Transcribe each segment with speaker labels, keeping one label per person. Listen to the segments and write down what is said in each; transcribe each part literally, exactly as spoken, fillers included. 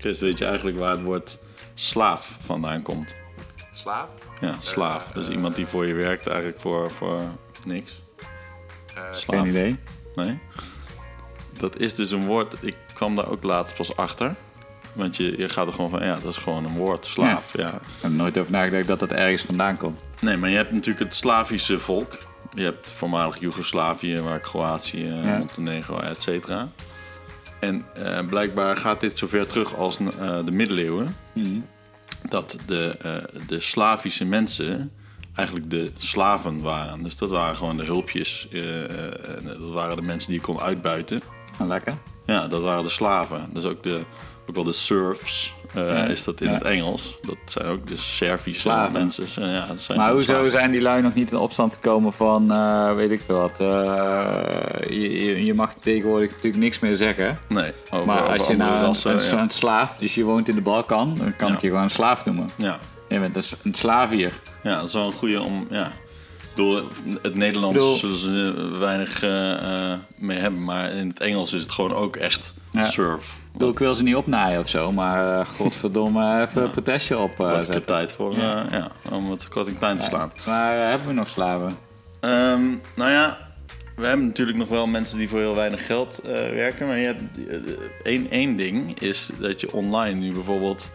Speaker 1: Chris, weet je eigenlijk waar het woord slaaf vandaan komt?
Speaker 2: Slaaf?
Speaker 1: Ja, slaaf.
Speaker 2: Uh,
Speaker 1: dus
Speaker 2: uh,
Speaker 1: iemand die voor je werkt eigenlijk voor, voor niks.
Speaker 2: Uh,
Speaker 1: Slaaf.
Speaker 2: Geen idee.
Speaker 1: Nee? Dat is dus een woord... Ik kwam daar ook laatst pas achter. Want je, je gaat er gewoon van... Ja, dat is gewoon een woord. Slaaf, ja. ja.
Speaker 2: Ik heb er nooit over nagedacht dat dat ergens vandaan komt.
Speaker 1: Nee, maar je hebt natuurlijk het Slavische volk. Je hebt voormalig Joegoslavië, waar Kroatië, ja. Montenegro, et cetera. En uh, blijkbaar gaat dit zover terug als uh, de middeleeuwen.
Speaker 2: Mm-hmm.
Speaker 1: Dat de, uh, de Slavische mensen eigenlijk de slaven waren. Dus dat waren gewoon de hulpjes. Uh, uh, dat waren de mensen die je kon uitbuiten.
Speaker 2: Oh, lekker.
Speaker 1: Ja, dat waren de slaven. Dus ook, de, ook wel de serfs uh, ja. is dat in ja. het Engels. Dat zijn ook de Servische slaven. mensen. Ja, dat zijn
Speaker 2: maar hoezo
Speaker 1: slaven.
Speaker 2: Zijn die lui nog niet in opstand gekomen van, uh, weet ik veel wat. Uh, je, je mag tegenwoordig natuurlijk niks meer zeggen.
Speaker 1: Nee, over,
Speaker 2: maar
Speaker 1: over
Speaker 2: als je nou
Speaker 1: rassen,
Speaker 2: een, een,
Speaker 1: ja.
Speaker 2: een slaaf, dus je woont in de Balkan, dan kan ja. ik je gewoon een slaaf noemen.
Speaker 1: Ja.
Speaker 2: Je bent dus een slavier.
Speaker 1: Ja, dat is wel een goede om... Ja. Door het Nederlands Doel. zullen ze weinig uh, mee hebben, maar in het Engels is het gewoon ook echt ja. surf.
Speaker 2: Bedoel, ik wil ze niet opnaaien of zo, maar uh, godverdomme even ja. een protestje op uh,
Speaker 1: zetten. Wat tijd voor, ja. Uh, ja, om het kort en klein te slaan.
Speaker 2: Ja. Maar uh, hebben we nog slaven?
Speaker 1: Um, nou ja, we hebben natuurlijk nog wel mensen die voor heel weinig geld uh, werken, maar je hebt uh, één, één ding is dat je online nu bijvoorbeeld...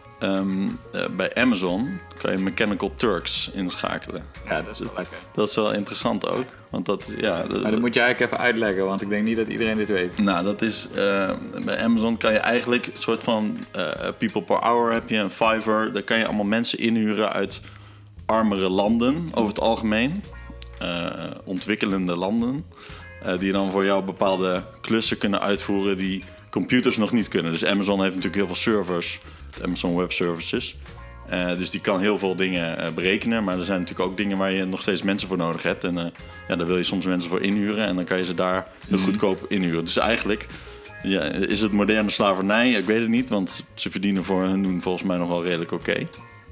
Speaker 1: Um, uh, bij Amazon kan je Mechanical Turks inschakelen.
Speaker 2: Ja, dat is wel lekker.
Speaker 1: Dat is wel interessant ook. Want dat, ja, dat,
Speaker 2: maar dat moet je eigenlijk even uitleggen, want ik denk niet dat iedereen dit weet.
Speaker 1: Nou, dat is... Uh, bij Amazon kan je eigenlijk een soort van... Uh, people per hour heb je, een Fiverr. Daar kan je allemaal mensen inhuren uit armere landen, over het algemeen. Uh, ontwikkelende landen. Uh, die dan voor jou bepaalde klussen kunnen uitvoeren die computers nog niet kunnen. Dus Amazon heeft natuurlijk heel veel servers... Amazon Web Services. Uh, dus die kan heel veel dingen uh, berekenen. Maar er zijn natuurlijk ook dingen waar je nog steeds mensen voor nodig hebt. En uh, ja, daar wil je soms mensen voor inhuren. En dan kan je ze daar heel mm-hmm. goedkoop inhuren. Dus eigenlijk ja, is het moderne slavernij. Ik weet het niet, want ze verdienen voor hun doen volgens mij nog wel redelijk oké. Okay.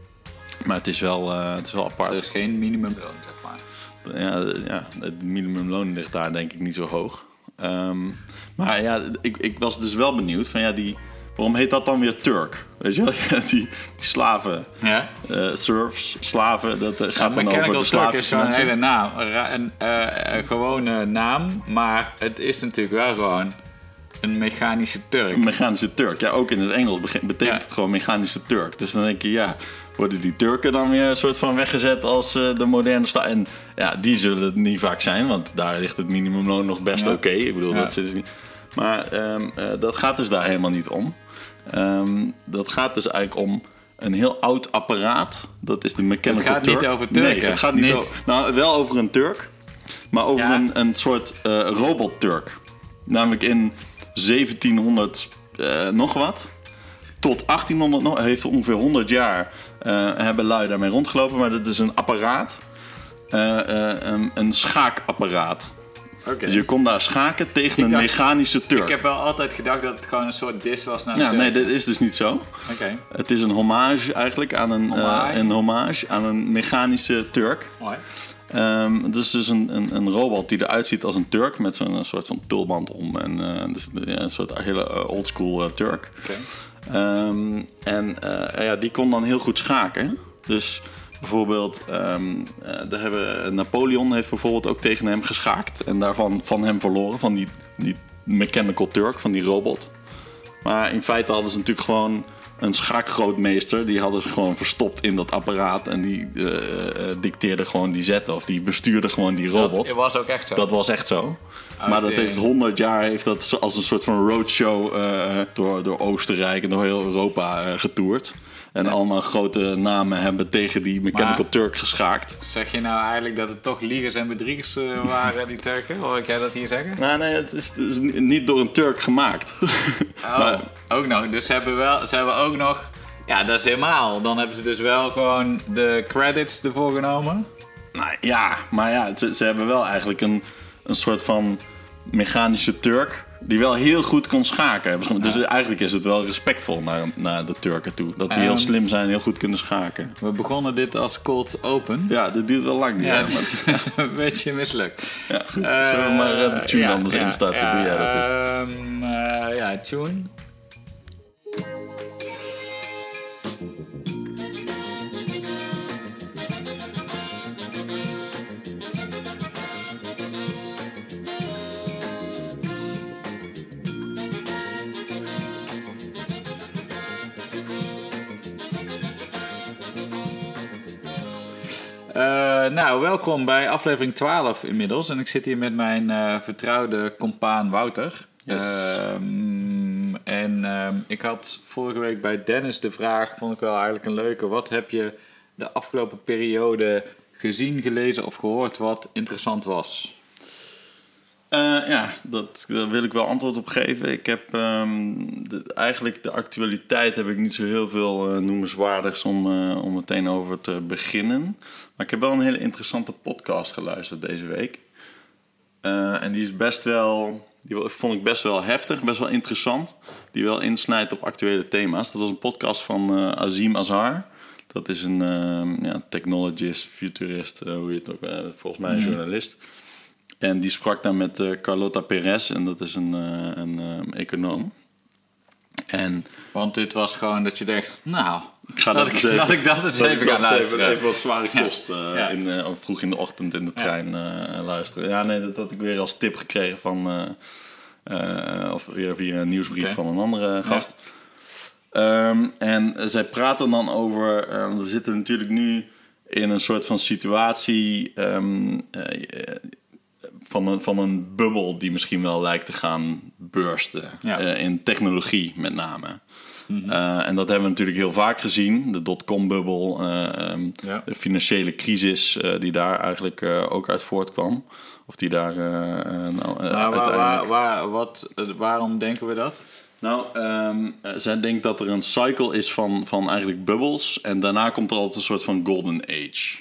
Speaker 1: Maar het is wel, uh, het is wel apart.
Speaker 2: Er is geen minimumloon, zeg maar.
Speaker 1: Ja, ja, het minimumloon ligt daar denk ik niet zo hoog. Um, maar ja, ik, ik was dus wel benieuwd van ja, die... Waarom heet dat dan weer Turk? Weet je wel? die, die slaven,
Speaker 2: ja.
Speaker 1: uh, serfs, slaven, dat uh, gaat
Speaker 2: ja,
Speaker 1: dan over de Slavische
Speaker 2: is zo'n hele naam. Een uh, uh, gewone naam, maar het is natuurlijk wel gewoon een mechanische Turk.
Speaker 1: Een mechanische Turk, ja, ook in het Engels betekent ja. het gewoon mechanische Turk. Dus dan denk je, ja, worden die Turken dan weer een soort van weggezet als uh, de moderne staat? En ja, die zullen het niet vaak zijn, want daar ligt het minimumloon nog best ja. oké. Okay. Ik bedoel, ja. dat is niet... Maar um, uh, dat gaat dus daar helemaal niet om. Um, dat gaat dus eigenlijk om een heel oud apparaat. Dat is de Mechanical Turk.
Speaker 2: Het gaat
Speaker 1: Turk.
Speaker 2: niet over Turken.
Speaker 1: Nee, het gaat niet,
Speaker 2: niet.
Speaker 1: over... Nou, wel over een Turk. Maar over ja. een, een soort uh, robot-Turk. Namelijk in zeventienhonderd uh, nog wat. Tot achttienhonderd nog. Heeft ongeveer honderd jaar uh, hebben lui daarmee rondgelopen. Maar dat is een apparaat. Uh, uh, een, een schaakapparaat.
Speaker 2: Okay.
Speaker 1: Dus je kon daar schaken tegen ik een dacht, mechanische Turk.
Speaker 2: Ik heb wel altijd gedacht dat het gewoon een soort dis was naar de
Speaker 1: Ja,
Speaker 2: Turk.
Speaker 1: nee, dat is dus niet zo.
Speaker 2: Okay.
Speaker 1: Het is een hommage eigenlijk aan een,
Speaker 2: hommage.
Speaker 1: Uh, een, hommage aan een mechanische Turk.
Speaker 2: Mooi.
Speaker 1: Um, het is dus een, een, een robot die eruit ziet als een Turk met zo'n soort van tulband om. En, uh, dus, ja, een soort hele uh, oldschool uh, Turk.
Speaker 2: Okay.
Speaker 1: Um, en uh, ja, die kon dan heel goed schaken. Dus... Bijvoorbeeld, um, uh, daar hebben, Napoleon heeft bijvoorbeeld ook tegen hem geschaakt. En daarvan van hem verloren, van die, die Mechanical Turk, van die robot. Maar in feite hadden ze natuurlijk gewoon een schaakgrootmeester. Die hadden ze gewoon verstopt in dat apparaat. En die uh, uh, dicteerde gewoon die zetten. Of die bestuurde gewoon die robot.
Speaker 2: Dat was ook echt zo?
Speaker 1: Dat was echt zo. Oh, maar dat heeft honderd jaar heeft dat als een soort van roadshow uh, door, door Oostenrijk en door heel Europa uh, getoerd. En ja. allemaal grote namen hebben tegen die Mechanical maar, Turk geschaakt.
Speaker 2: Zeg je nou eigenlijk dat het toch liegers en bedriegers uh, waren, die Turken? Hoor ik jij dat hier zeggen?
Speaker 1: Nou, nee, het is, het is niet door een Turk gemaakt.
Speaker 2: Oh, maar, ook nog. Dus ze hebben, wel, ze hebben ook nog... Ja, dat is helemaal. Dan hebben ze dus wel gewoon de credits ervoor genomen.
Speaker 1: Nou ja, maar ja, ze, ze hebben wel eigenlijk een, een soort van mechanische Turk... die wel heel goed kon schaken. Dus ja. eigenlijk is het wel respectvol naar, naar de Turken toe. Dat die um, heel slim zijn en heel goed kunnen schaken.
Speaker 2: We begonnen dit als cold open.
Speaker 1: Ja, dit duurt wel lang.
Speaker 2: Ja,
Speaker 1: ja, maar
Speaker 2: het is een beetje mislukt.
Speaker 1: Ja, goed. Uh, Zullen we maar uh, de tune ja, anders ja, instarten? Ja, Doe jij dat eens.
Speaker 2: Um, uh, ja, tune. nou, welkom bij aflevering twaalf inmiddels. En ik zit hier met mijn uh, vertrouwde compaan Wouter.
Speaker 1: Yes.
Speaker 2: Um, en um, ik had vorige week bij Dennis de vraag, vond ik wel eigenlijk een leuke. Wat heb je de afgelopen periode gezien, gelezen of gehoord wat interessant was?
Speaker 1: Uh, ja, dat, daar wil ik wel antwoord op geven. Ik heb um, de, eigenlijk de actualiteit heb ik niet zo heel veel uh, noemenswaardigs om, uh, om meteen over te beginnen. Maar ik heb wel een hele interessante podcast geluisterd deze week. Uh, en die is best wel, die vond ik best wel heftig, best wel interessant. Die wel insnijdt op actuele thema's. Dat was een podcast van uh, Azeem Azhar. Dat is een uh, ja, technologist, futurist, uh, hoe je het ook, uh, volgens mij een journalist. En die sprak dan met uh, Carlota Perez en dat is een, uh, een uh, econoom. En
Speaker 2: Want dit was gewoon dat je dacht, nou,
Speaker 1: ik ga dat,
Speaker 2: dat,
Speaker 1: ik,
Speaker 2: ik,
Speaker 1: even,
Speaker 2: dat ik dat eens
Speaker 1: dat
Speaker 2: even
Speaker 1: ik
Speaker 2: ga
Speaker 1: dat
Speaker 2: luisteren.
Speaker 1: Even, even wat zware kost uh,
Speaker 2: ja.
Speaker 1: in, uh, vroeg in de ochtend in de trein uh, luisteren. Ja, nee, dat had ik weer als tip gekregen van, uh, uh, of weer via een nieuwsbrief okay. van een andere gast. Ja. Um, en zij praten dan over, uh, we zitten natuurlijk nu in een soort van situatie um, uh, van, een, van een bubbel die misschien wel lijkt te gaan bursten. Ja. Uh, in technologie met name. Mm-hmm. Uh, en dat hebben we natuurlijk heel vaak gezien. De dotcom-bubbel, uh, um, ja. de financiële crisis uh, die daar eigenlijk uh, ook uit voortkwam. Of die daar uh, uh, nou, uh,
Speaker 2: maar waar, waar, waar, wat, waarom denken we dat?
Speaker 1: Nou, um, uh, zij denkt dat er een cycle is van, van eigenlijk bubbels. En daarna komt er altijd een soort van golden age.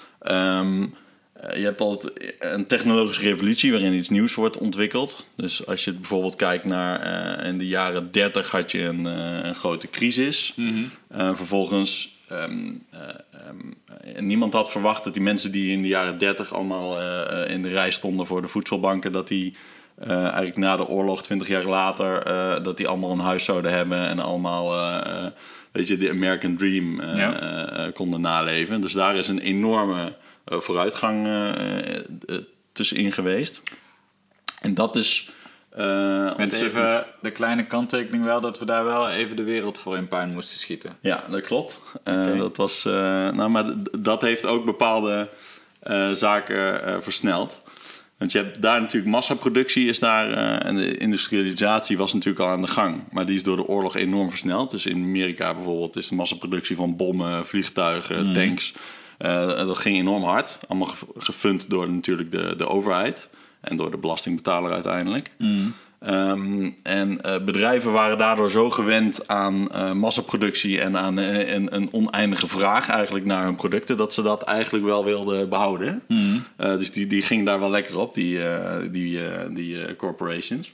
Speaker 1: Um, uh, je hebt altijd een technologische revolutie waarin iets nieuws wordt ontwikkeld. Dus als je bijvoorbeeld kijkt naar uh, in de jaren dertig had je een, uh, een grote crisis. Mm-hmm. Uh, vervolgens, um, uh, um, uh, niemand had verwacht dat die mensen die in de jaren dertig allemaal uh, in de rij stonden voor de voedselbanken, dat die Uh, eigenlijk na de oorlog, twintig jaar later, uh, dat die allemaal een huis zouden hebben en allemaal, uh, weet je, de American Dream uh, ja. uh, konden naleven. Dus daar is een enorme uh, vooruitgang uh, uh, tussenin geweest. En dat is Uh,
Speaker 2: Met even de kleine kanttekening wel dat we daar wel even de wereld voor in puin moesten schieten.
Speaker 1: Ja, dat klopt. Uh, okay. Dat was, uh, nou, maar d- dat heeft ook bepaalde uh, zaken uh, versneld. Want je hebt daar natuurlijk massaproductie is daar uh, en de industrialisatie was natuurlijk al aan de gang. Maar die is door de oorlog enorm versneld. Dus in Amerika bijvoorbeeld is de massaproductie van bommen, vliegtuigen, mm. tanks. Uh, dat ging enorm hard. Allemaal gefund door natuurlijk de, de overheid en door de belastingbetaler uiteindelijk. Mm. Um, en uh, bedrijven waren daardoor zo gewend aan uh, massaproductie en aan uh, een, een oneindige vraag eigenlijk naar hun producten, dat ze dat eigenlijk wel wilden behouden. Mm. Uh, dus die, die ging daar wel lekker op, die, uh, die, uh, die uh, corporations.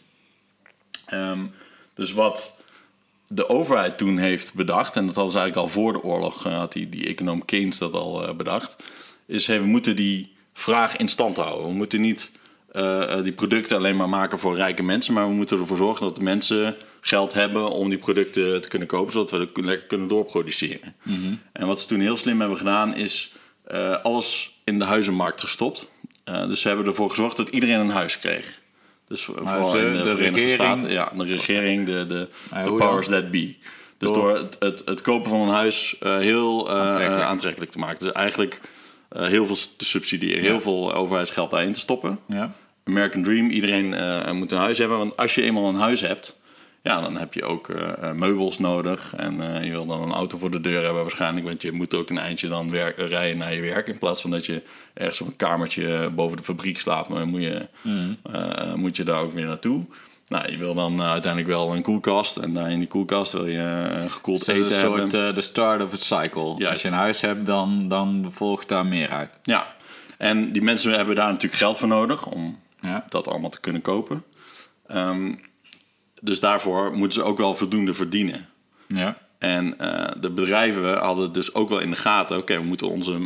Speaker 1: Um, dus wat de overheid toen heeft bedacht, en dat hadden ze eigenlijk al voor de oorlog, uh, had die, die econoom Keynes dat al uh, bedacht, is hey, we moeten die vraag in stand houden. We moeten niet Uh, die producten alleen maar maken voor rijke mensen, maar we moeten ervoor zorgen dat de mensen geld hebben om die producten te kunnen kopen, zodat we het lekker kunnen doorproduceren. Mm-hmm. En wat ze toen heel slim hebben gedaan, is uh, alles in de huizenmarkt gestopt. Uh, dus ze hebben ervoor gezorgd dat iedereen een huis kreeg. Dus vooral
Speaker 2: ze,
Speaker 1: in de, de Verenigde
Speaker 2: regering,
Speaker 1: Staten. Ja, de regering, de, de, uh, de powers that be. Dus door, door het, het, het kopen van een huis uh, heel uh, aantrekkelijk. Uh, aantrekkelijk te maken. Dus eigenlijk uh, heel veel te subsidiëren, ja. heel veel overheidsgeld daarin te stoppen. Ja. American Dream, iedereen uh, moet een huis hebben. Want als je eenmaal een huis hebt, ja, dan heb je ook uh, meubels nodig. En uh, je wil dan een auto voor de deur hebben waarschijnlijk. Want je moet ook een eindje dan werk, rijden naar je werk. In plaats van dat je ergens op een kamertje boven de fabriek slaapt. Maar dan moet je, mm. uh, moet je daar ook weer naartoe. Nou, je wil dan uh, uiteindelijk wel een koelkast. En daar in die koelkast wil je uh, gekoeld
Speaker 2: dus
Speaker 1: eten hebben.
Speaker 2: Dat is een soort uh, de start of a cycle. Juist. Als je een huis hebt, dan, dan volgt daar meer uit.
Speaker 1: Ja, en die mensen hebben daar natuurlijk geld voor nodig om ja. dat allemaal te kunnen kopen. Um, dus daarvoor moeten ze ook wel voldoende verdienen. Ja. En uh, de bedrijven hadden dus ook wel in de gaten, oké, okay, we moeten onze uh,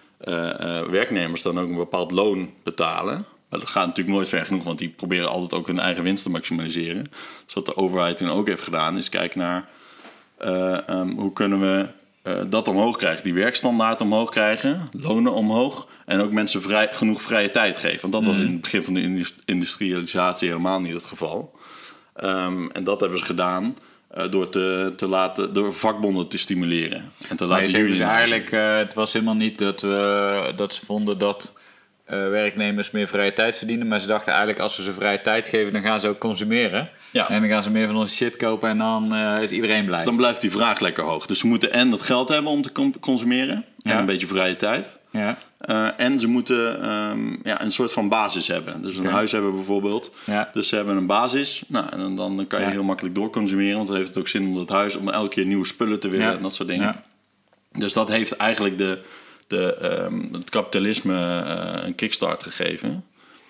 Speaker 1: uh, werknemers dan ook een bepaald loon betalen. Maar dat gaat natuurlijk nooit ver genoeg, want die proberen altijd ook hun eigen winst te maximaliseren. Dus wat de overheid toen ook heeft gedaan, is kijken naar uh, um, hoe kunnen we uh, dat omhoog krijgen. Die werkstandaard omhoog krijgen, lonen omhoog en ook mensen vrij, genoeg vrije tijd geven. Want dat mm-hmm. was in het begin van de industrialisatie helemaal niet het geval. Um, en dat hebben ze gedaan Uh, door, te, te laten, door vakbonden te stimuleren. En te
Speaker 2: maar
Speaker 1: laten
Speaker 2: je zegt dus
Speaker 1: unionisen.
Speaker 2: eigenlijk, uh, het was helemaal niet dat, we, dat ze vonden dat uh, werknemers meer vrije tijd verdienen. Maar ze dachten eigenlijk, als we ze vrije tijd geven, dan gaan ze ook consumeren.
Speaker 1: Ja.
Speaker 2: En dan gaan ze meer van onze shit kopen en dan uh, is iedereen blij.
Speaker 1: Dan blijft die vraag lekker hoog. Dus ze moeten en het geld hebben om te consumeren.
Speaker 2: Ja.
Speaker 1: En een beetje vrije tijd.
Speaker 2: Ja.
Speaker 1: Uh, en ze moeten um, ja, een soort van basis hebben. Dus een
Speaker 2: Okay.
Speaker 1: huis hebben bijvoorbeeld.
Speaker 2: Ja.
Speaker 1: Dus ze hebben een basis. Nou, en dan, dan kan je ja. heel makkelijk doorconsumeren. Want dan heeft het ook zin om het huis, om elke keer nieuwe spullen te willen. Ja. En dat soort dingen. Ja. Dus dat heeft eigenlijk de, de, um, het kapitalisme uh, een kickstart gegeven.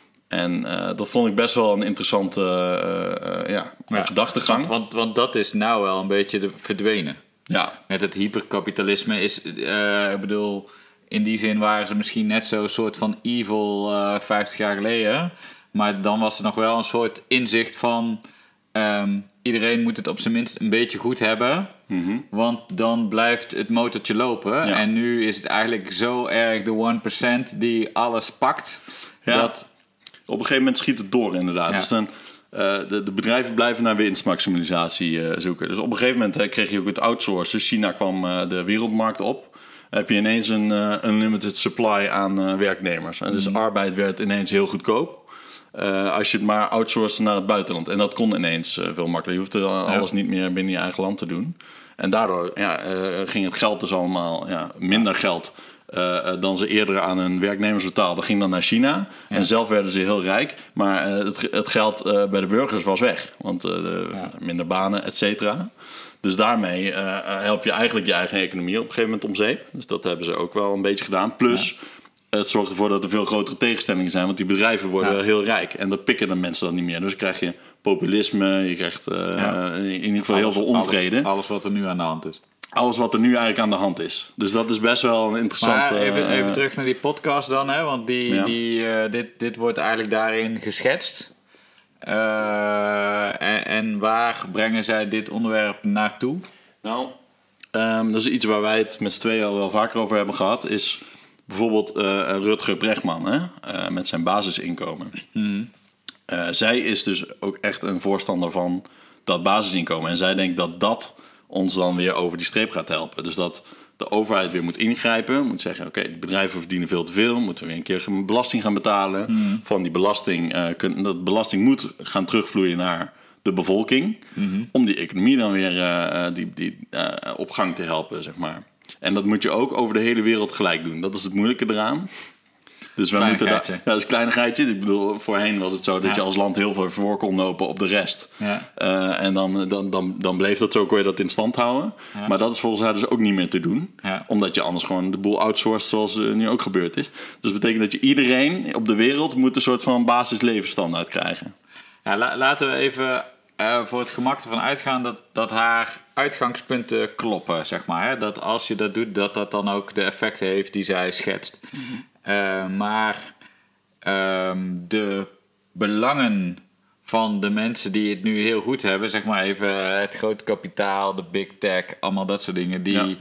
Speaker 1: En uh, dat vond ik best wel een interessante uh, uh, ja, ja. gedachtegang.
Speaker 2: Want, want, want dat is nou wel een beetje de, verdwenen.
Speaker 1: Ja.
Speaker 2: Met het hyperkapitalisme is, uh, ik bedoel, in die zin waren ze misschien net zo'n soort van evil uh, vijftig jaar geleden. Maar dan was er nog wel een soort inzicht van, um, iedereen moet het op zijn minst een beetje goed hebben. Mm-hmm. Want dan blijft het motortje lopen. Ja. En nu is het eigenlijk zo erg de one percent die alles pakt.
Speaker 1: Ja.
Speaker 2: Dat...
Speaker 1: Op een gegeven moment schiet het door inderdaad. Ja. Dus dan, uh, de, de bedrijven blijven naar winstmaximalisatie uh, zoeken. Dus op een gegeven moment uh, kreeg je ook het outsourcen. China kwam uh, de wereldmarkt op. Dan heb je ineens een uh, unlimited supply aan uh, werknemers. En dus mm. arbeid werd ineens heel goedkoop. Uh, als je het maar outsourced naar het buitenland. En dat kon ineens uh, veel makkelijker. Je hoefde uh, alles ja. niet meer binnen je eigen land te doen. En daardoor ja, uh, ging het geld dus allemaal ja, minder geld... Uh, dan ze eerder aan hun werknemers betaalden, ging dan naar China. Ja. En zelf werden ze heel rijk. Maar uh, het, het geld uh, bij de burgers was weg. Want uh, de, ja. minder banen, et cetera. Dus daarmee uh, help je eigenlijk je eigen economie op een gegeven moment om zeep. Dus dat hebben ze ook wel een beetje gedaan. Plus, ja. het zorgt ervoor dat er veel grotere tegenstellingen zijn. Want die bedrijven worden ja. heel rijk. En dat pikken de mensen dan niet meer. Dus dan krijg je populisme. Je krijgt uh, ja. in ieder geval alles, heel veel onvrede.
Speaker 2: Alles, alles wat er nu aan de hand is.
Speaker 1: Alles wat er nu eigenlijk aan de hand is. Dus dat is best wel een interessante...
Speaker 2: Maar even, even terug naar die podcast dan. Hè? Want die, ja. die, uh, dit, dit wordt eigenlijk daarin geschetst. Uh, en, en waar brengen zij dit onderwerp naartoe?
Speaker 1: Nou, um, dat is iets waar wij het met z'n tweeën al wel vaker over hebben gehad. Is bijvoorbeeld uh, Rutger Bregman. Hè? Uh, met zijn basisinkomen. Mm. Uh, zij is dus ook echt een voorstander van dat basisinkomen. En zij denkt dat dat... ons dan weer over die streep gaat helpen. Dus dat de overheid weer moet ingrijpen. Moet zeggen, oké, okay, de bedrijven verdienen veel te veel. Moeten we weer een keer belasting gaan betalen. Mm. Van die belasting, uh, kun, dat belasting moet gaan terugvloeien naar de bevolking. Mm-hmm. Om die economie dan weer uh, die, die, uh, op gang te helpen, zeg maar. En dat moet je ook over de hele wereld gelijk doen. Dat is het moeilijke eraan. Dus we moeten da- ja, dat is een kleinigheidje. Ik bedoel, voorheen was het zo dat ja. je als land heel veel voor kon lopen op de rest. Ja. Uh, en dan, dan, dan, dan bleef dat zo, kon je dat in stand houden. Ja. Maar dat is volgens haar dus ook niet meer te doen. Ja. Omdat je anders gewoon de boel outsourced zoals uh, nu ook gebeurd is. Dus dat betekent dat je iedereen op de wereld moet een soort van basislevensstandaard krijgen.
Speaker 2: Ja, la- laten we even uh, voor het gemak ervan uitgaan dat, dat haar uitgangspunten kloppen, zeg maar. Hè? Dat als je dat doet, dat dat dan ook de effecten heeft die zij schetst. Mm-hmm. Uh, maar uh, de belangen van de mensen die het nu heel goed hebben, zeg maar even het grote kapitaal, de big tech, allemaal dat soort dingen, die,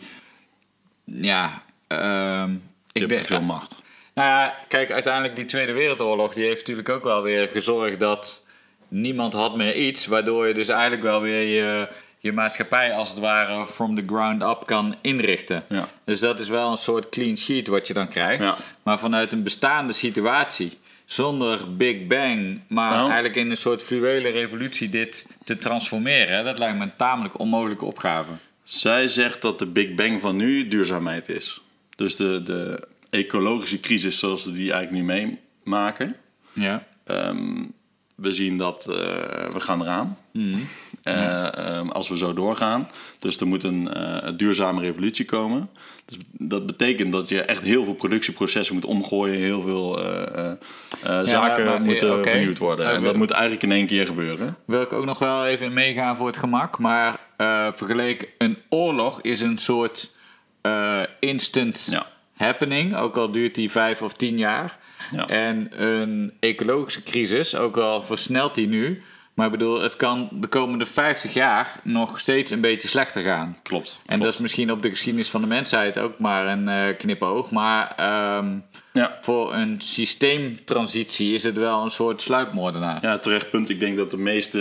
Speaker 2: ja, ja uh,
Speaker 1: ik denk te veel macht. Uh,
Speaker 2: nou ja, kijk, uiteindelijk die Tweede Wereldoorlog, die heeft natuurlijk ook wel weer gezorgd dat niemand had meer iets, waardoor je dus eigenlijk wel weer je je maatschappij als het ware from the ground up kan inrichten. Ja. Dus dat is wel een soort clean sheet wat je dan krijgt. Ja. Maar vanuit een bestaande situatie, zonder Big Bang, maar nou. eigenlijk in een soort fluwele revolutie dit te transformeren, dat lijkt me een tamelijk onmogelijke opgave.
Speaker 1: Zij zegt dat de Big Bang van nu duurzaamheid is. Dus de, de ecologische crisis zoals we die eigenlijk nu meemaken. Ja. Um, we zien dat uh, we gaan eraan. Mm-hmm. Uh, um, als we zo doorgaan. Dus er moet een uh, duurzame revolutie komen. Dus dat betekent dat je echt heel veel productieprocessen moet omgooien. Heel veel uh, uh, ja, zaken maar, maar, moeten okay. vernieuwd worden. Uh, en dat moet eigenlijk in één keer gebeuren.
Speaker 2: Wil ik ook nog wel even meegaan voor het gemak. Maar uh, vergeleken, een oorlog is een soort uh, instant ja. happening. Ook al duurt die vijf of tien jaar. Ja. En een ecologische crisis, ook al versnelt die nu. Maar ik bedoel, het kan de komende vijftig jaar nog steeds een beetje slechter gaan.
Speaker 1: Klopt.
Speaker 2: En
Speaker 1: klopt.
Speaker 2: dat is misschien op de geschiedenis van de mensheid ook maar een uh, knipoog. Maar um, ja. voor een systeemtransitie is het wel een soort sluipmoordenaar.
Speaker 1: Ja, terecht punt. Ik denk dat de meeste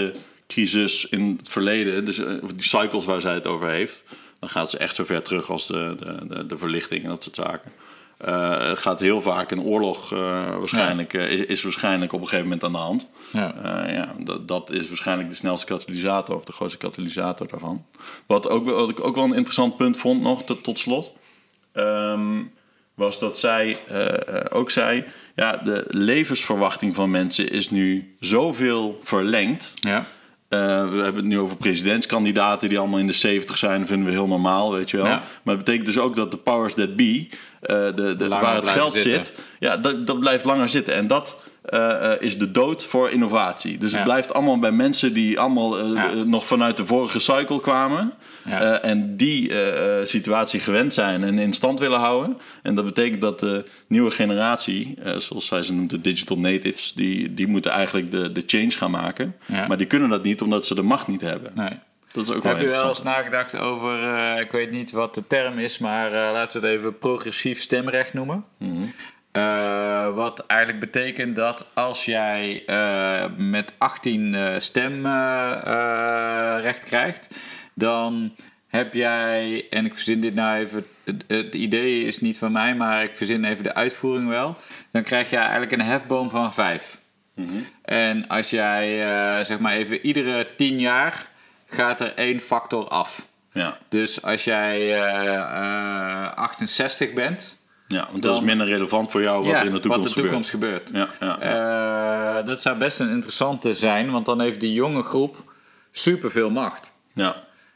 Speaker 1: crisis in het verleden, dus die cycles waar zij het over heeft, dan gaat ze echt zo ver terug als de, de, de, de verlichting en dat soort zaken. Uh, het gaat heel vaak een oorlog uh, waarschijnlijk, ja. uh, is, is waarschijnlijk op een gegeven moment aan de hand. Ja. Uh, ja, dat, dat is waarschijnlijk de snelste katalysator of de grootste katalysator daarvan. Wat, ook, wat ik ook wel een interessant punt vond nog tot, tot slot, um, was dat zij uh, ook zei, ja, de levensverwachting van mensen is nu zoveel verlengd. Ja. Uh, we hebben het nu over presidentskandidaten die allemaal in de zeventig zijn. Dat vinden we heel normaal, weet je wel. Ja. Maar het betekent dus ook dat de powers that be, uh, de, de, waar het geld zitten. zit, ja, dat, dat blijft langer zitten. En dat uh, is de dood voor innovatie. Dus ja. het blijft allemaal bij mensen die allemaal uh, ja. nog vanuit de vorige cycle kwamen. Ja. Uh, en die uh, situatie gewend zijn en in stand willen houden. En dat betekent dat de nieuwe generatie, uh, zoals zij ze noemt, de digital natives, die, die moeten eigenlijk de, de change gaan maken. Ja. Maar die kunnen dat niet omdat ze de macht niet hebben. Nee. Dat is ook wel
Speaker 2: Heb je wel eens nagedacht over, uh, ik weet niet wat de term is, maar uh, laten we het even progressief stemrecht noemen. Mm-hmm. Uh, wat eigenlijk betekent dat als jij uh, met achttien uh, stemrecht uh, uh, krijgt, dan heb jij, en ik verzin dit nou even, het, het idee is niet van mij, maar ik verzin even de uitvoering wel, dan krijg je eigenlijk een hefboom van vijf. Mm-hmm. En als jij, uh, zeg maar even, iedere tien jaar gaat er één factor af. Ja. Dus als jij uh, uh, achtenzestig bent,
Speaker 1: ja, want dat dan, is minder relevant voor jou wat ja, er in de toekomst,
Speaker 2: wat de toekomst gebeurt.
Speaker 1: gebeurt. Ja, ja, ja.
Speaker 2: Uh, dat zou best een interessante zijn, want dan heeft die jonge groep superveel macht. Ja.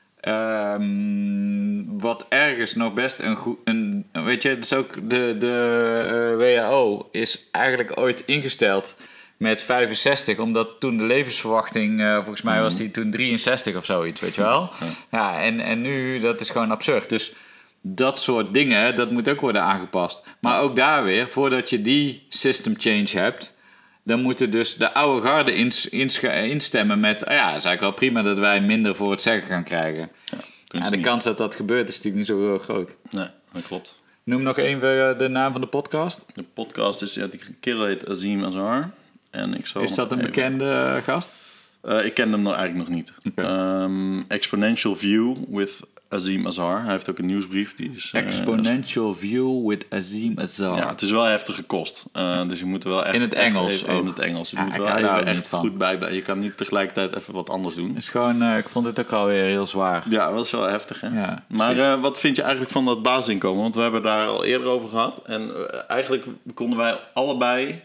Speaker 2: Um, wat ergens nog best een goed... Een, weet je, dus ook de, de uh, W H O is eigenlijk ooit ingesteld met vijfenzestig, omdat toen de levensverwachting, uh, volgens mij was die toen drieënzestig of zoiets, weet je wel. Ja, ja en, en nu, dat is gewoon absurd. Dus dat soort dingen, dat moet ook worden aangepast. Maar ook daar weer, voordat je die system change hebt, dan moeten dus de oude garde ins, ins, instemmen met, oh ja, het is eigenlijk wel prima dat wij minder voor het zeggen gaan krijgen. Ja, ja, de niet. kans dat dat gebeurt is natuurlijk niet zo heel groot.
Speaker 1: Nee, dat klopt.
Speaker 2: Noem nog even de naam van de podcast.
Speaker 1: De podcast is, ja, die kerel heet Azeem Azhar. En ik zal
Speaker 2: is dat een even... bekende gast?
Speaker 1: Uh, ik ken hem nog eigenlijk nog niet. Okay. Um, Exponential View with Azeem Azhar. Hij heeft ook een nieuwsbrief. Die is, uh,
Speaker 2: Exponential uh, View with Azeem Azhar.
Speaker 1: Ja, het is wel heftig gekost. Uh, dus je moet er wel echt...
Speaker 2: In het Engels
Speaker 1: even, In het Engels. Je ja, moet wel even echt goed bij blijven. Je kan niet tegelijkertijd even wat anders doen.
Speaker 2: Is gewoon, uh, ik vond het ook alweer heel zwaar.
Speaker 1: Ja, dat is wel heftig, hè? Ja, maar uh, wat vind je eigenlijk van dat basisinkomen? Want we hebben daar al eerder over gehad. En uh, eigenlijk konden wij allebei...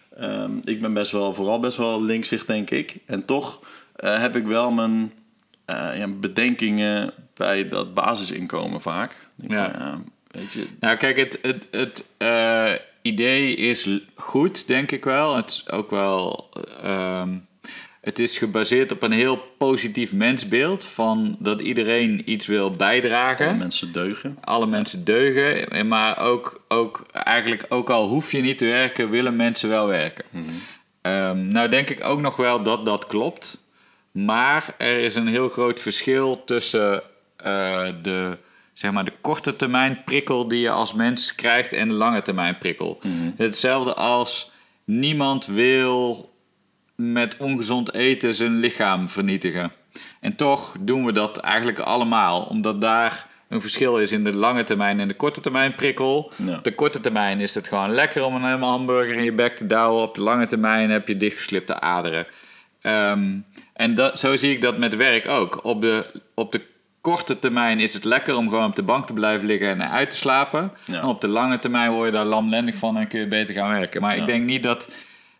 Speaker 1: Um, ik ben best wel, vooral best wel linksig, denk ik. En toch uh, heb ik wel mijn uh, ja, bedenkingen bij dat basisinkomen vaak. Ik
Speaker 2: ja. Van, ja, weet je... Nou, kijk, het, het, het uh, idee is goed, denk ik wel. Het is ook wel... Um, het is gebaseerd op een heel positief mensbeeld van dat iedereen iets wil bijdragen.
Speaker 1: Alle mensen deugen.
Speaker 2: Alle mensen deugen, maar ook, ook eigenlijk ook al hoef je niet te werken, willen mensen wel werken. Mm-hmm. Um, nou denk ik ook nog wel dat dat klopt. Maar er is een heel groot verschil tussen uh, de, zeg maar, de korte termijn prikkel die je als mens krijgt en de lange termijn prikkel. Mm-hmm. Hetzelfde als niemand wil met ongezond eten zijn lichaam vernietigen. En toch doen we dat eigenlijk allemaal, omdat daar een verschil is in de lange termijn en de korte termijn prikkel. Ja. Op de korte termijn is het gewoon lekker om een hele hamburger in je bek te douwen. Op de lange termijn heb je dichtgeslipte aderen. Um, en dat, zo zie ik dat met werk ook. Op de, op de korte termijn is het lekker om gewoon op de bank te blijven liggen en uit te slapen. Ja. En op de lange termijn word je daar lamlendig van en kun je beter gaan werken. Maar ja. ik denk niet dat...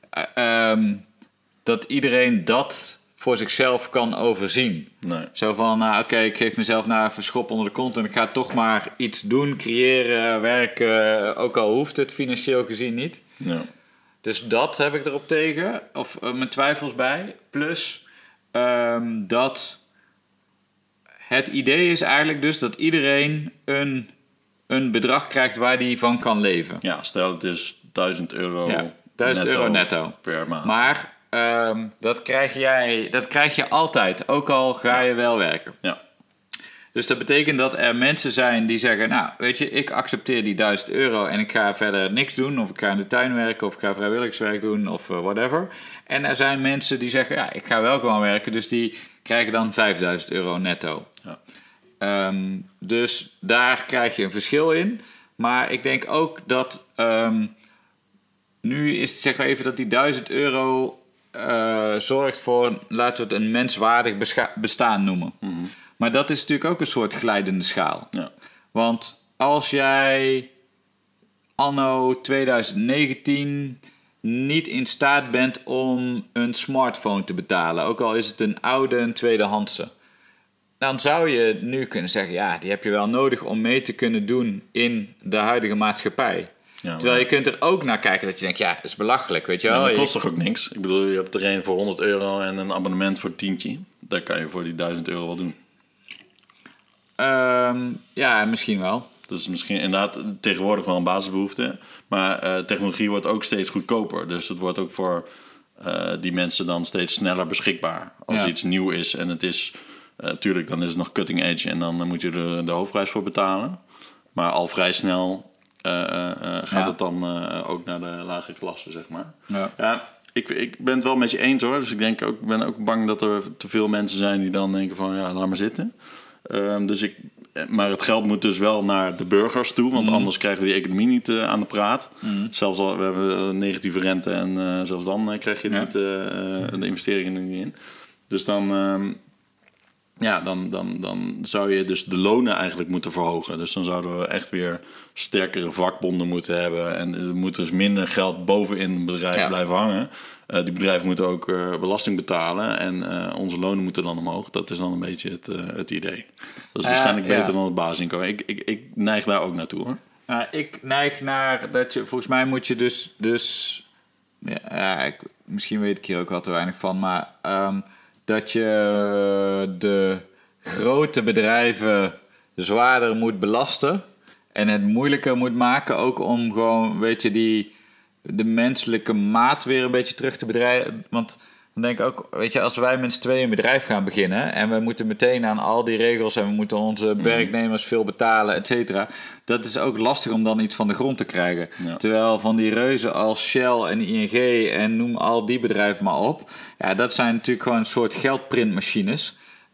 Speaker 2: Uh, um, dat iedereen dat voor zichzelf kan overzien. Nee. Zo van, nou oké, okay, ik geef mezelf nou even schop onder de kont en ik ga toch maar iets doen, creëren, werken, ook al hoeft het financieel gezien niet. Ja. Dus dat heb ik erop tegen, of uh, mijn twijfels bij. Plus um, dat het idee is eigenlijk dus dat iedereen een, een bedrag krijgt waar die van kan leven.
Speaker 1: Ja, stel het is duizend euro,
Speaker 2: ja, duizend
Speaker 1: netto
Speaker 2: euro netto
Speaker 1: per maand.
Speaker 2: Maar Um, dat, krijg jij, dat krijg je altijd, ook al ga je wel werken.
Speaker 1: Ja.
Speaker 2: Dus dat betekent dat er mensen zijn die zeggen... nou, weet je, ik accepteer die duizend euro... en ik ga verder niks doen... of ik ga in de tuin werken... of ik ga vrijwilligerswerk doen... of uh, whatever. En er zijn mensen die zeggen... ja, ik ga wel gewoon werken... dus die krijgen dan vijfduizend euro netto. Ja. Um, dus daar krijg je een verschil in. Maar ik denk ook dat... Um, nu is het, zeg maar even, dat die duizend euro... Uh, zorgt voor, laten we het een menswaardig bescha- bestaan noemen. Mm-hmm. Maar dat is natuurlijk ook een soort glijdende schaal. Ja. Want als jij anno twintig negentien niet in staat bent om een smartphone te betalen, ook al is het een oude, een tweedehandse, dan zou je nu kunnen zeggen, ja, die heb je wel nodig om mee te kunnen doen in de huidige maatschappij. Ja, terwijl je kunt er ook naar kijken dat je denkt, ja, dat is belachelijk, weet je wel.
Speaker 1: Ja, dat kost toch ook niks? Ik bedoel, je hebt er een voor honderd euro en een abonnement voor tientje. Daar kan je voor die duizend euro wel doen.
Speaker 2: Um, ja, misschien wel.
Speaker 1: Dus misschien inderdaad tegenwoordig wel een basisbehoefte. Maar uh, technologie wordt ook steeds goedkoper. Dus het wordt ook voor uh, die mensen dan steeds sneller beschikbaar. Als ja. iets nieuw is en het is... Uh, tuurlijk, dan is het nog cutting edge en dan uh, moet je er de hoofdprijs voor betalen. Maar al vrij snel... Uh, uh, uh, gaat ja. het dan uh, ook naar de lagere klasse, zeg maar. Ja, ja ik, ik ben het wel met je eens, hoor. Dus ik denk ook, ben ook bang dat er te veel mensen zijn die dan denken van, ja, laat maar zitten. Uh, dus ik, maar het geld moet dus wel naar de burgers toe, want mm. anders krijgen we die economie niet uh, aan de praat. Mm. Zelfs al, we hebben negatieve rente en uh, zelfs dan uh, krijg je ja. niet, uh, de investeringen er niet in. Dus dan... Uh, Ja, dan, dan, dan zou je dus de lonen eigenlijk moeten verhogen. Dus dan zouden we echt weer sterkere vakbonden moeten hebben. En er moet dus minder geld bovenin het bedrijf ja. blijven hangen. Uh, die bedrijven moeten ook uh, belasting betalen. En uh, onze lonen moeten dan omhoog. Dat is dan een beetje het, uh, het idee. Dat is uh, waarschijnlijk beter ja. dan het basisinkomen. Ik, ik, ik neig daar ook naartoe, hoor.
Speaker 2: Uh, ik neig naar dat je... Volgens mij moet je dus... dus ja, ik, misschien weet ik hier ook wel te weinig van. Maar... Um, dat je de grote bedrijven zwaarder moet belasten en het moeilijker moet maken, ook om gewoon, weet je, die de menselijke maat weer een beetje terug te bedrijven. Want dan denk ik ook, weet je, als wij met z'n tweeën een bedrijf gaan beginnen en we moeten meteen aan al die regels en we moeten onze mm. werknemers veel betalen, et cetera. Dat is ook lastig om dan iets van de grond te krijgen. Ja. Terwijl van die reuzen als Shell en I N G en noem al die bedrijven maar op. Ja, dat zijn natuurlijk gewoon een soort geldprintmachines.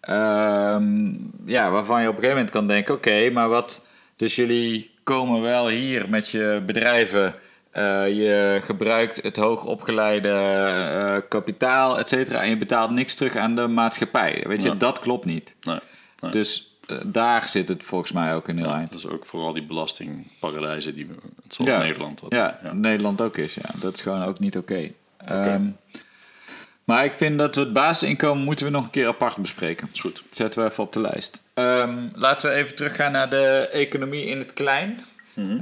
Speaker 2: Um, ja, waarvan je op een gegeven moment kan denken, oké, okay, maar wat... Dus jullie komen wel hier met je bedrijven... Uh, je gebruikt het hoogopgeleide uh, kapitaal, et cetera, en je betaalt niks terug aan de maatschappij. Weet je, ja. dat klopt niet. Nee, nee. Dus uh, daar zit het volgens mij ook een heel
Speaker 1: ja,
Speaker 2: eind.
Speaker 1: Dat is ook vooral die belastingparadijzen die zoals
Speaker 2: ja.
Speaker 1: Nederland. Dat,
Speaker 2: ja,
Speaker 1: ja,
Speaker 2: Nederland ook is. Ja. Dat is gewoon ook niet oké. Okay. Okay. Um, maar ik vind dat we het basisinkomen moeten we nog een keer apart bespreken.
Speaker 1: Is goed.
Speaker 2: Dat zetten we even op de lijst. Um, laten we even teruggaan naar de economie in het klein. Mm-hmm.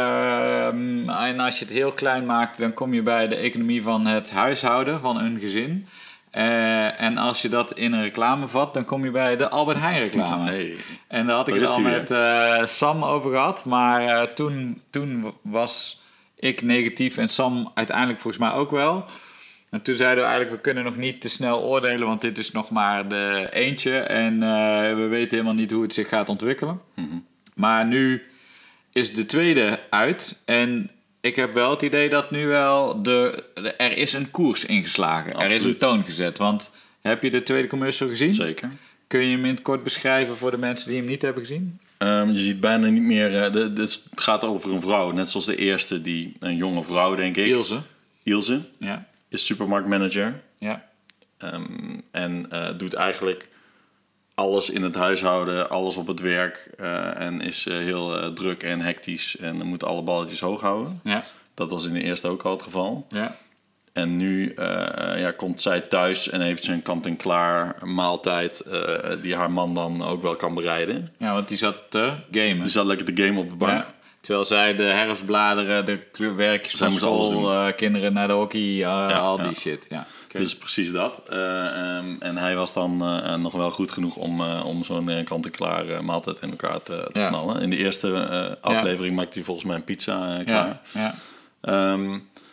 Speaker 2: Uh, en als je het heel klein maakt, dan kom je bij de economie van het huishouden, van een gezin. Uh, en als je dat in een reclame vat, dan kom je bij de Albert Heijn reclame.
Speaker 1: Hey.
Speaker 2: En daar had ik het al met uh, Sam over gehad. Maar uh, toen, toen was ik negatief en Sam uiteindelijk volgens mij ook wel. En toen zeiden we eigenlijk, we kunnen nog niet te snel oordelen, want dit is nog maar de eentje. En uh, we weten helemaal niet hoe het zich gaat ontwikkelen. Mm-hmm. Maar nu... is de tweede uit. En ik heb wel het idee dat nu wel... De, de, er is een koers ingeslagen. Absoluut. Er is een toon gezet. Want heb je de tweede commercial gezien?
Speaker 1: Zeker.
Speaker 2: Kun je hem in het kort beschrijven voor de mensen die hem niet hebben gezien?
Speaker 1: Um, je ziet bijna niet meer... Uh, de, de, het gaat over een vrouw. Net zoals de eerste, die een jonge vrouw, denk ik.
Speaker 2: Ilse.
Speaker 1: Ilse.
Speaker 2: Ja.
Speaker 1: Is supermarktmanager.
Speaker 2: Ja.
Speaker 1: Um, en uh, doet eigenlijk... alles in het huishouden, alles op het werk. Uh, en is uh, heel uh, druk en hectisch. En moet alle balletjes hoog houden.
Speaker 2: Ja.
Speaker 1: Dat was in de eerste ook al het geval.
Speaker 2: Ja.
Speaker 1: En nu uh, ja, komt zij thuis en heeft ze een kant-en-klaar maaltijd... Uh, die haar man dan ook wel kan bereiden.
Speaker 2: Ja, want die zat te gamen.
Speaker 1: Die zat lekker te gamen op de bank. Ja.
Speaker 2: Terwijl zij de herfstbladeren, de werkjes van school... Uh, kinderen naar de hockey, uh, ja, al die ja. shit. Ja. Okay.
Speaker 1: Dus precies dat. Uh, um, en hij was dan uh, nog wel goed genoeg om, uh, om zo'n uh, kant-en-klaar uh, maaltijd in elkaar te, te ja. knallen. In de eerste uh, aflevering ja. maakte hij volgens mij een pizza uh, klaar.
Speaker 2: Ja. Ja.
Speaker 1: Um,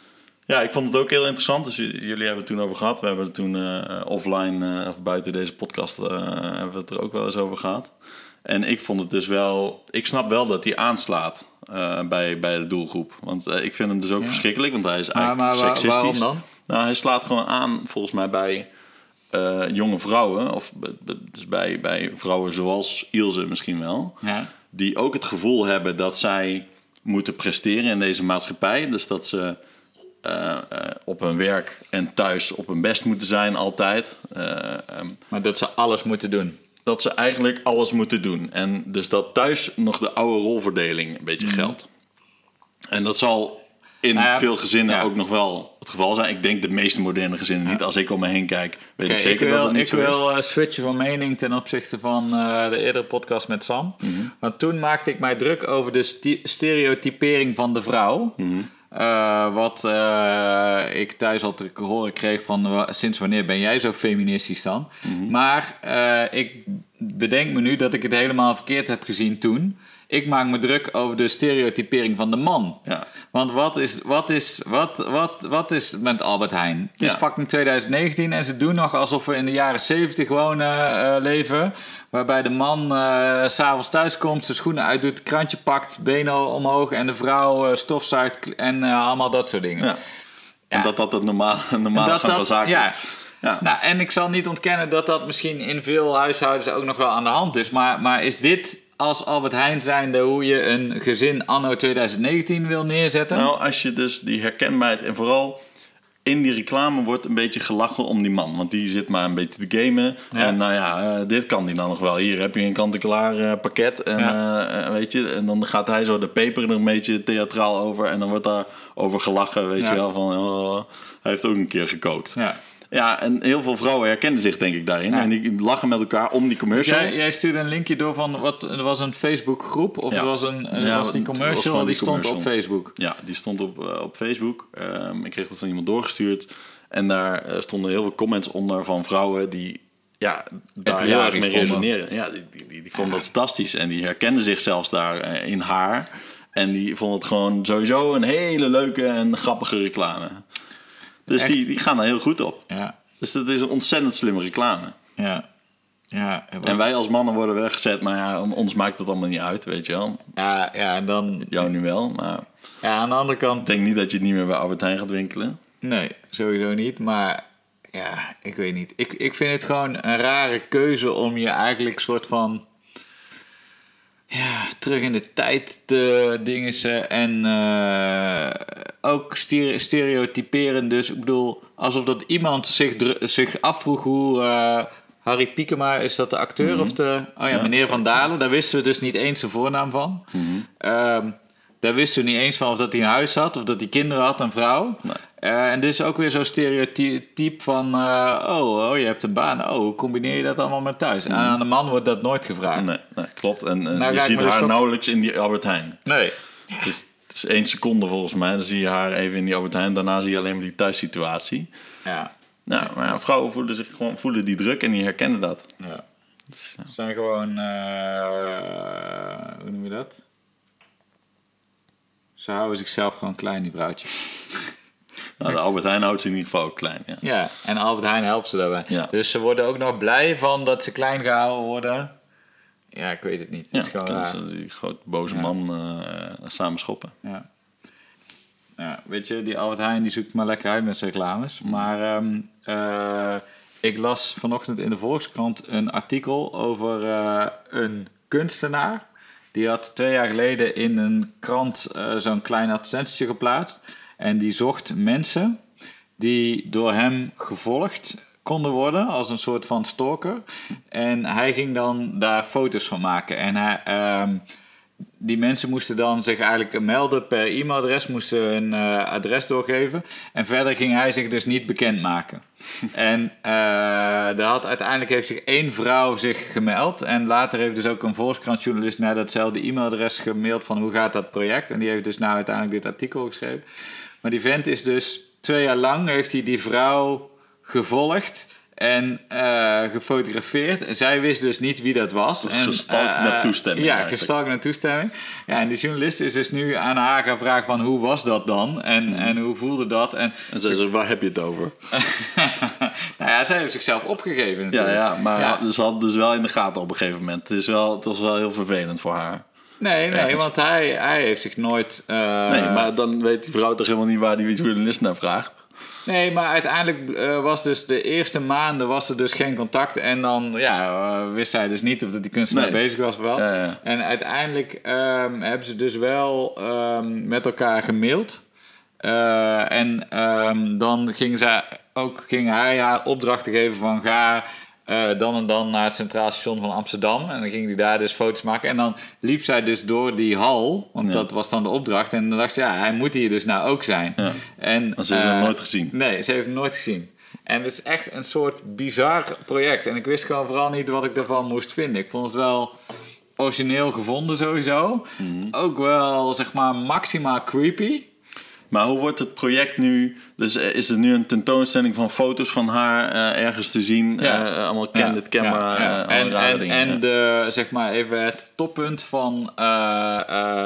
Speaker 1: Ja, ik vond het ook heel interessant. Dus j- jullie hebben het toen over gehad. We hebben het toen uh, offline, uh, of buiten deze podcast, uh, hebben we het er ook wel eens over gehad. En ik vond het dus wel... Ik snap wel dat hij aanslaat uh, bij, bij de doelgroep. Want uh, ik vind hem dus ook ja. verschrikkelijk, want hij is eigenlijk maar, maar, seksistisch. Waarom dan? Nou, hij slaat gewoon aan, volgens mij, bij uh, jonge vrouwen. Of dus bij, bij vrouwen zoals Ilse misschien wel. Ja. Die ook het gevoel hebben dat zij moeten presteren in deze maatschappij. Dus dat ze... Uh, uh, op hun werk en thuis op hun best moeten zijn altijd. Uh, um,
Speaker 2: maar dat ze alles moeten doen.
Speaker 1: Dat ze eigenlijk alles moeten doen. En dus dat thuis nog de oude rolverdeling een beetje mm. geldt. En dat zal in uh, veel gezinnen ja. ook nog wel het geval zijn. Ik denk de meeste moderne gezinnen niet. Ja. Als ik om me heen kijk, weet okay, ik zeker ik wil, dat het niet
Speaker 2: ik
Speaker 1: zo
Speaker 2: wil
Speaker 1: is.
Speaker 2: Uh, switchen van mening ten opzichte van uh, de eerdere podcast met Sam. Mm-hmm. Want toen maakte ik mij druk over de st- stereotypering van de vrouw. Mm-hmm. Uh, wat uh, ik thuis al te horen kreeg van uh, sinds wanneer ben jij zo feministisch dan? Mm-hmm. Maar uh, ik bedenk me nu dat ik het helemaal verkeerd heb gezien toen. Ik maak me druk over de stereotypering van de man. Ja. Want wat is, wat, is, wat, wat, wat is met Albert Heijn? Het is ja. fucking twintig negentien en ze doen nog alsof we in de jaren zeventig gewoon uh, leven. Waarbij de man uh, 's avonds thuis komt, zijn schoenen uitdoet, het krantje pakt, benen omhoog en de vrouw uh, stofzuigt en uh, allemaal dat soort dingen. Ja.
Speaker 1: Ja. En dat dat het normale, normale gang van zaken
Speaker 2: ja.
Speaker 1: is. Ja.
Speaker 2: Nou, en ik zal niet ontkennen dat dat misschien in veel huishoudens ook nog wel aan de hand is. Maar, maar is dit als Albert Heijn zijnde hoe je een gezin anno twintig negentien wil neerzetten?
Speaker 1: Nou, als je dus die herkenbaarheid en vooral in die reclame wordt een beetje gelachen om die man. Want die zit maar een beetje te gamen. Ja. En nou ja, uh, dit kan die dan nog wel. Hier heb je een kant-en-klaar uh, pakket. En, ja. uh, weet je, en dan gaat hij zo de peper er een beetje theatraal over. En dan wordt daar over gelachen, weet ja. je wel. Van, oh, hij heeft ook een keer gekookt. Ja. Ja, en heel veel vrouwen herkennen zich denk ik daarin. Ja. En die lachen met elkaar om die commercial.
Speaker 2: Jij, jij stuurde een linkje door van, wat, er was een Facebookgroep of ja. er was, een, ja, was die commercial, was die, die stond commercial. op Facebook?
Speaker 1: Ja, die stond op, uh, op Facebook. Um, ik kreeg dat van iemand doorgestuurd. En daar uh, stonden heel veel comments onder van vrouwen die ja, daar heel erg mee resoneren. Ja, die, die, die, die vonden ja. dat fantastisch. En die herkenden zich zelfs daar uh, in haar. En die vonden het gewoon sowieso een hele leuke en grappige reclame. Dus die, die gaan er heel goed op. Ja. Dus dat is een ontzettend slimme reclame.
Speaker 2: Ja. Ja,
Speaker 1: en wij als mannen worden weggezet, maar ja, ons maakt het allemaal niet uit, weet je wel.
Speaker 2: Ja, ja, en dan...
Speaker 1: Jou nu wel, maar...
Speaker 2: Ja, aan de andere kant...
Speaker 1: Ik denk niet dat je het niet meer bij Albert Heijn gaat winkelen.
Speaker 2: Nee, sowieso niet, maar... Ja, ik weet niet. Ik, ik vind het gewoon een rare keuze om je eigenlijk soort van... Ja, terug in de tijd te dingen en uh, ook stereotyperen. Dus ik bedoel, alsof dat iemand zich, zich afvroeg hoe uh, Harry Piekema, is dat de acteur mm-hmm. of de... Oh ja, ja meneer Van Dalen, daar wisten we dus niet eens de voornaam van. Mm-hmm. Um, daar wisten we niet eens van of dat hij een huis had, of dat hij kinderen had, een vrouw. Nee. Uh, en dit is ook weer zo'n stereotype van... Uh, oh, oh, je hebt een baan. Oh, hoe combineer je dat allemaal met thuis? Mm. En aan de man wordt dat nooit gevraagd.
Speaker 1: Nee, nee klopt. En uh, nou, je ziet haar nauwelijks in die Albert Heijn.
Speaker 2: Nee.
Speaker 1: Het is, het is één seconde volgens mij. Dan zie je haar even in die Albert Heijn. Daarna zie je alleen maar die thuissituatie. Ja. Nou, maar ja, vrouwen voelen zich gewoon voelen die druk en die herkennen dat.
Speaker 2: Ja. Dus, ja. Ze zijn gewoon... Uh, hoe noem je dat? Ze houden zichzelf gewoon klein, die vrouwtjes.
Speaker 1: Nou, de Albert Heijn houdt ze in ieder geval ook klein. Ja,
Speaker 2: ja en Albert Heijn helpt ze daarbij.
Speaker 1: Ja.
Speaker 2: Dus ze worden ook nog blij van dat ze klein gehouden worden. Ja, ik weet het niet.
Speaker 1: Ja,
Speaker 2: het is
Speaker 1: kunnen ze die grote boze ja. man uh, samen schoppen.
Speaker 2: Ja. Ja, weet je, die Albert Heijn die zoekt maar lekker uit met zijn reclames. Mm. Maar um, uh, ik las vanochtend in de Volkskrant een artikel over uh, een kunstenaar. Die had twee jaar geleden in een krant uh, zo'n klein advertentietje geplaatst. En die zocht mensen die door hem gevolgd konden worden als een soort van stalker. En hij ging dan daar foto's van maken. En hij, um, die mensen moesten dan zich eigenlijk melden per e-mailadres, moesten hun uh, adres doorgeven. En verder ging hij zich dus niet bekendmaken. En uh, daar had, uiteindelijk heeft zich één vrouw zich gemeld. En later heeft dus ook een Volkskrantjournalist naar datzelfde e-mailadres gemaild van hoe gaat dat project. En die heeft dus nou uiteindelijk dit artikel geschreven. Maar die vent is dus twee jaar lang, heeft hij die vrouw gevolgd En uh, gefotografeerd. Zij wist dus niet wie dat was.
Speaker 1: Dus
Speaker 2: en,
Speaker 1: gestalkt
Speaker 2: uh,
Speaker 1: met toestemming.
Speaker 2: Ja,
Speaker 1: eigenlijk.
Speaker 2: gestalkt met toestemming. Ja, en die journalist is dus nu aan haar gaan vragen van hoe was dat dan? En, mm. en hoe voelde dat? En,
Speaker 1: en zei ze, waar heb je het over?
Speaker 2: nou ja, zij heeft zichzelf opgegeven natuurlijk.
Speaker 1: Ja, ja maar ja. ze had dus wel in de gaten op een gegeven moment. Het, is wel, het was wel heel vervelend voor haar.
Speaker 2: Nee, nee, Ergens. want hij, hij heeft zich nooit... Uh...
Speaker 1: Nee, maar dan weet die vrouw toch helemaal niet waar die journalist naar vraagt?
Speaker 2: Nee, maar uiteindelijk uh, was dus de eerste maanden was er dus geen contact. En dan ja, uh, wist zij dus niet of dat die kunstenaar nee. bezig was of wel. Ja, ja. En uiteindelijk um, hebben ze dus wel um, met elkaar gemaild. Uh, en um, dan ging, zij ook, ging hij haar opdrachten geven van ga... Uh, dan en dan naar het Centraal Station van Amsterdam. En dan ging hij daar dus foto's maken. En dan liep zij dus door die hal. Want ja. dat was dan de opdracht. En dan dacht ze, ja, hij moet hier dus nou ook zijn. Ja.
Speaker 1: En ze heeft uh, hem nooit gezien.
Speaker 2: Nee, ze heeft hem nooit gezien. En het is echt een soort bizar project. En ik wist gewoon vooral niet wat ik daarvan moest vinden. Ik vond het wel origineel gevonden sowieso. Mm-hmm. Ook wel, zeg maar, maximaal creepy.
Speaker 1: Maar hoe wordt het project nu... Dus is er nu een tentoonstelling van foto's van haar uh, ergens te zien? Ja. Uh, allemaal candid ja. camera. Ja. Ja. Uh, en
Speaker 2: en,
Speaker 1: dingen,
Speaker 2: en
Speaker 1: ja.
Speaker 2: de, zeg maar even het toppunt van uh, uh,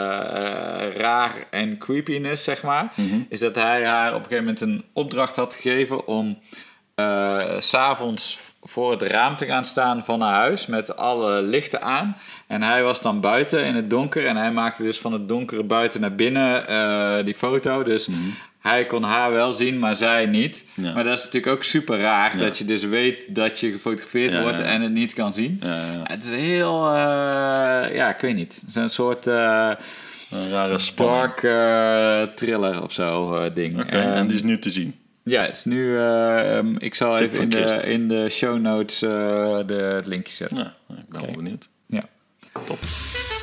Speaker 2: raar en creepiness, zeg maar... Mm-hmm. is dat hij haar op een gegeven moment een opdracht had gegeven... om uh, 's avonds voor het raam te gaan staan van haar huis... met alle lichten aan. En hij was dan buiten in het donker... en hij maakte dus van het donkere buiten naar binnen uh, die foto. Dus mm-hmm. hij kon haar wel zien, maar zij niet. Ja. Maar dat is natuurlijk ook super raar... Ja. dat je dus weet dat je gefotografeerd ja, wordt... Ja. en het niet kan zien. Ja, ja. Het is heel... Uh, ja, ik weet niet. Het is een soort... Uh,
Speaker 1: een rare
Speaker 2: dark uh, thriller of zo uh, ding.
Speaker 1: Oké, okay, um, en die is nu te zien?
Speaker 2: Ja, het is nu... Uh, um, ik zal Tip even in de, in de show notes uh, de, het linkje zetten.
Speaker 1: Ja, ik ben okay. wel benieuwd.
Speaker 2: Ja.
Speaker 1: Top.